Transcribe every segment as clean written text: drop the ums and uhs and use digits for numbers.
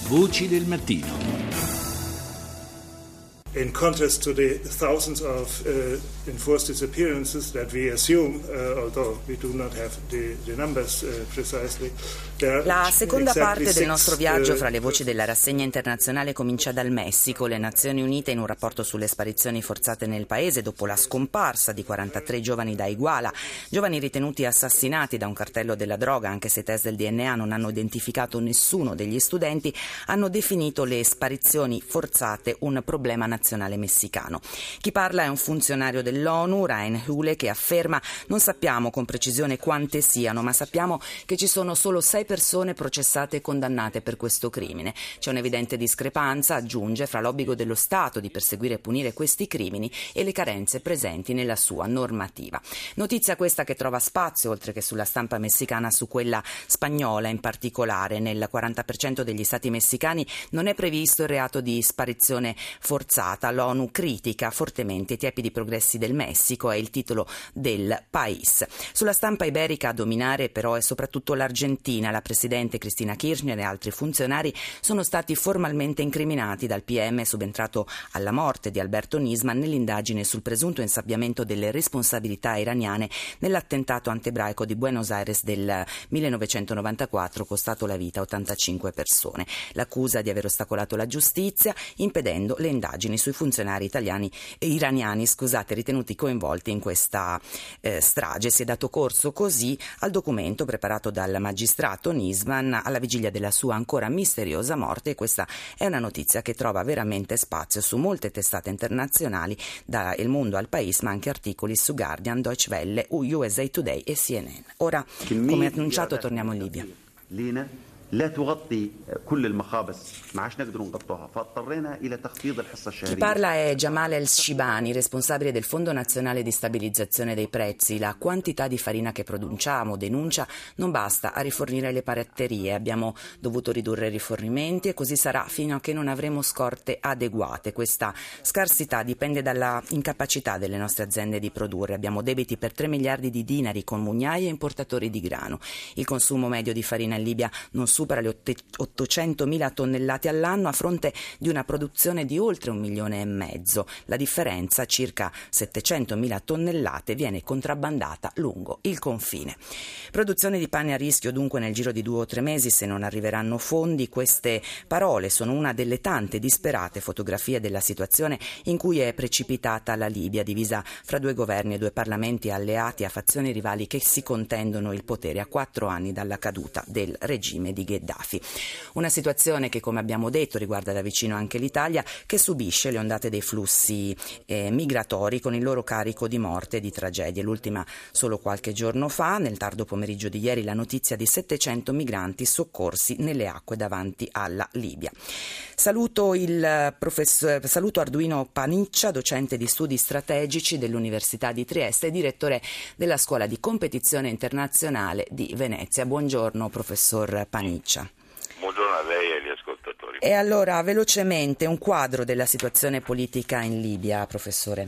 Voci del mattino. In contrast to the thousands of enforced disappearances that we assume, although we do not have the numbers precisely, la seconda parte del nostro viaggio fra le voci della rassegna internazionale comincia dal Messico. Le Nazioni Unite, in un rapporto sulle sparizioni forzate nel paese dopo la scomparsa di 43 giovani da Iguala, giovani ritenuti assassinati da un cartello della droga, anche se i test del DNA non hanno identificato nessuno degli studenti, hanno definito le sparizioni forzate un problema nazionale messicano. Chi parla è un funzionario dell'ONU, Ryan Hule, che afferma: non sappiamo con precisione quante siano, ma sappiamo che ci sono solo 6 persone processate e condannate per questo crimine. C'è un'evidente discrepanza, aggiunge, fra l'obbligo dello Stato di perseguire e punire questi crimini e le carenze presenti nella sua normativa. Notizia questa che trova spazio, oltre che sulla stampa messicana, su quella spagnola in particolare. Nel 40% degli stati messicani non è previsto il reato di sparizione forzata. L'ONU critica fortemente i tiepidi progressi del Messico, è il titolo del País. Sulla stampa iberica a dominare però è soprattutto l'Argentina. La presidente Cristina Kirchner e altri funzionari sono stati formalmente incriminati dal PM subentrato alla morte di Alberto Nisman nell'indagine sul presunto insabbiamento delle responsabilità iraniane nell'attentato antiebraico di Buenos Aires del 1994, costato la vita a 85 persone. L'accusa di aver ostacolato la giustizia impedendo le indagini sui funzionari iraniani ritenuti coinvolti in questa strage. Si è dato corso così al documento preparato dal magistrato Nisman alla vigilia della sua ancora misteriosa morte, e questa è una notizia che trova veramente spazio su molte testate internazionali, da Il Mondo al País, ma anche articoli su Guardian, Deutsche Welle, USA Today e CNN. Ora, come annunciato, torniamo in Libia. لا تغطي كل المخابز ما عادش نقدروا نغطوها فاضطرينا الى تخفيض الحصه الشهريه. Chi parla è Jamal El-Shibani, responsabile del Fondo Nazionale di Stabilizzazione dei Prezzi. La quantità di farina che produciamo, denuncia, non basta a rifornire le paraterie. Abbiamo dovuto ridurre i rifornimenti e così sarà fino a che non avremo scorte adeguate. Questa scarsità dipende dalla incapacità delle nostre aziende di produrre. Abbiamo debiti per 3 miliardi di dinari con mugnaie e importatori di grano. Il consumo medio di farina in Libia non supera le 800.000 tonnellate all'anno, a fronte di una produzione di oltre 1,5 milioni. La differenza, circa 700.000 tonnellate, viene contrabbandata lungo il confine. Produzione di pane a rischio dunque nel giro di 2 o 3 mesi se non arriveranno fondi. Queste parole sono una delle tante disperate fotografie della situazione in cui è precipitata la Libia, divisa fra 2 governi e 2 parlamenti alleati a fazioni rivali che si contendono il potere a 4 anni dalla caduta del regime di Gheddafi. Una situazione che, come abbiamo detto, riguarda da vicino anche l'Italia, che subisce le ondate dei flussi migratori con il loro carico di morte e di tragedie. L'ultima solo qualche giorno fa, nel tardo pomeriggio di ieri, la notizia di 700 migranti soccorsi nelle acque davanti alla Libia. Saluto Arduino Paniccia, docente di studi strategici dell'Università di Trieste e direttore della Scuola di Competizione Internazionale di Venezia. Buongiorno, professor Paniccia. Buongiorno a lei e agli ascoltatori. E allora, velocemente, un quadro della situazione politica in Libia, professore.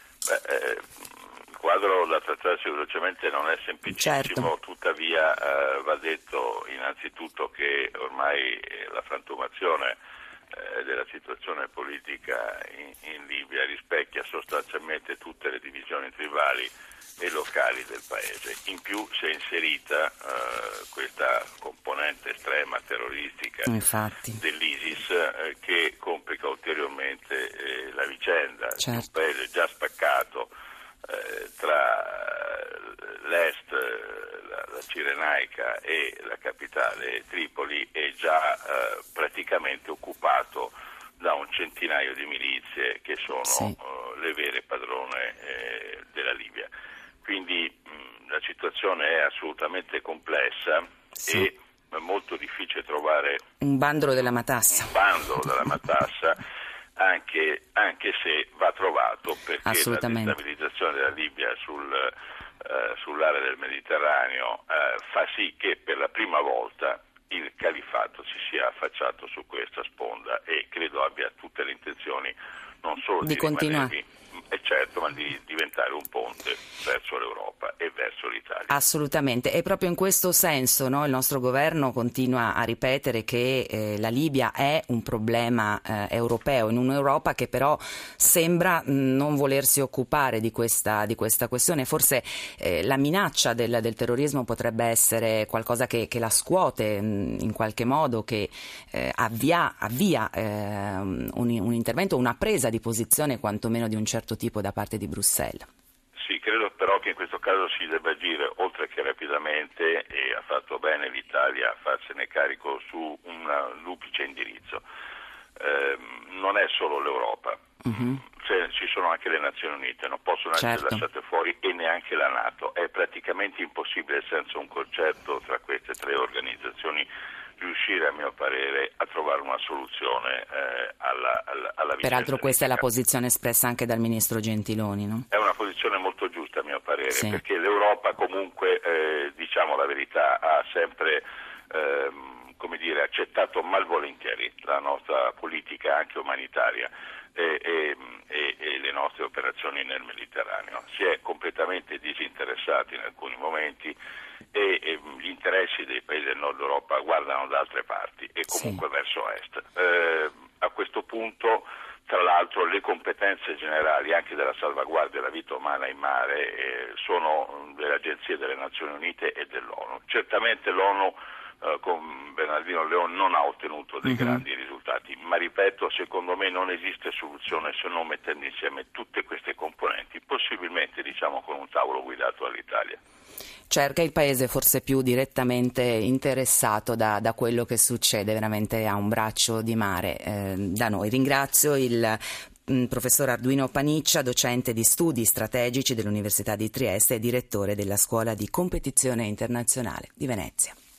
Il quadro da trattarsi velocemente non è semplicissimo, certo. Tuttavia va detto innanzitutto che ormai la frantumazione della situazione politica in Libia rispecchia sostanzialmente tutte le divisioni tribali e locali del paese. In più si è inserita questa componente estrema terroristica dell'ISIS che complica ulteriormente la vicenda, certo. di un paese già spaccato tra l'est, la Cirenaica e la capitale Tripoli, è già praticamente occupato da un centinaio di milizie che sono le vere padrone della Libia. Quindi la situazione è assolutamente complessa e è molto difficile trovare un bandolo della matassa. Anche se va trovato, perché la destabilizzazione della Libia sull'area del Mediterraneo fa sì che per la prima volta il califfato si sia affacciato su questa sponda e credo abbia tutte le intenzioni non solo di rimanere, certo, ma di diventare un ponte verso l'Europa e verso l'Italia. Assolutamente, e proprio in questo senso, no, il nostro governo continua a ripetere che la Libia è un problema europeo, in un'Europa che però sembra non volersi occupare di questa questione. Forse la minaccia del terrorismo potrebbe essere qualcosa che la scuote in qualche modo, che avvia un intervento, una presa di posizione quantomeno di un certo tipo da parte di Bruxelles. Sì, credo però che in questo caso si debba agire oltre che rapidamente, e ha fatto bene l'Italia a farsene carico, su un duplice indirizzo. Non è solo l'Europa, ci sono anche le Nazioni Unite, non possono essere lasciate fuori, e neanche la NATO. È praticamente impossibile, senza un concerto tra queste tre organizzazioni, riuscire, a mio parere, a trovare una soluzione alla vicenda. Peraltro questa è la posizione espressa anche dal ministro Gentiloni, no? È una posizione molto giusta, a mio parere, perché l'Europa comunque, diciamo la verità, ha sempre accettato malvolentieri la nostra politica anche umanitaria e le nostre operazioni nel Mediterraneo. Si è completamente disinteressati in alcuni momenti, e gli interessi dei paesi del nord Europa guardano da altre parti e comunque verso est. A questo punto, tra l'altro, le competenze generali anche della salvaguardia della vita umana in mare sono delle agenzie delle Nazioni Unite e dell'ONU. Certamente l'ONU con Bernardino León non ha ottenuto dei grandi risultati, ma ripeto, secondo me non esiste soluzione se non mettendo insieme tutte queste componenti, possibilmente con un tavolo guidato dall'Italia. Cerca il paese forse più direttamente interessato da quello che succede veramente a un braccio di mare da noi. Ringrazio il professor Arduino Paniccia, docente di studi strategici dell'Università di Trieste e direttore della Scuola di Competizione Internazionale di Venezia.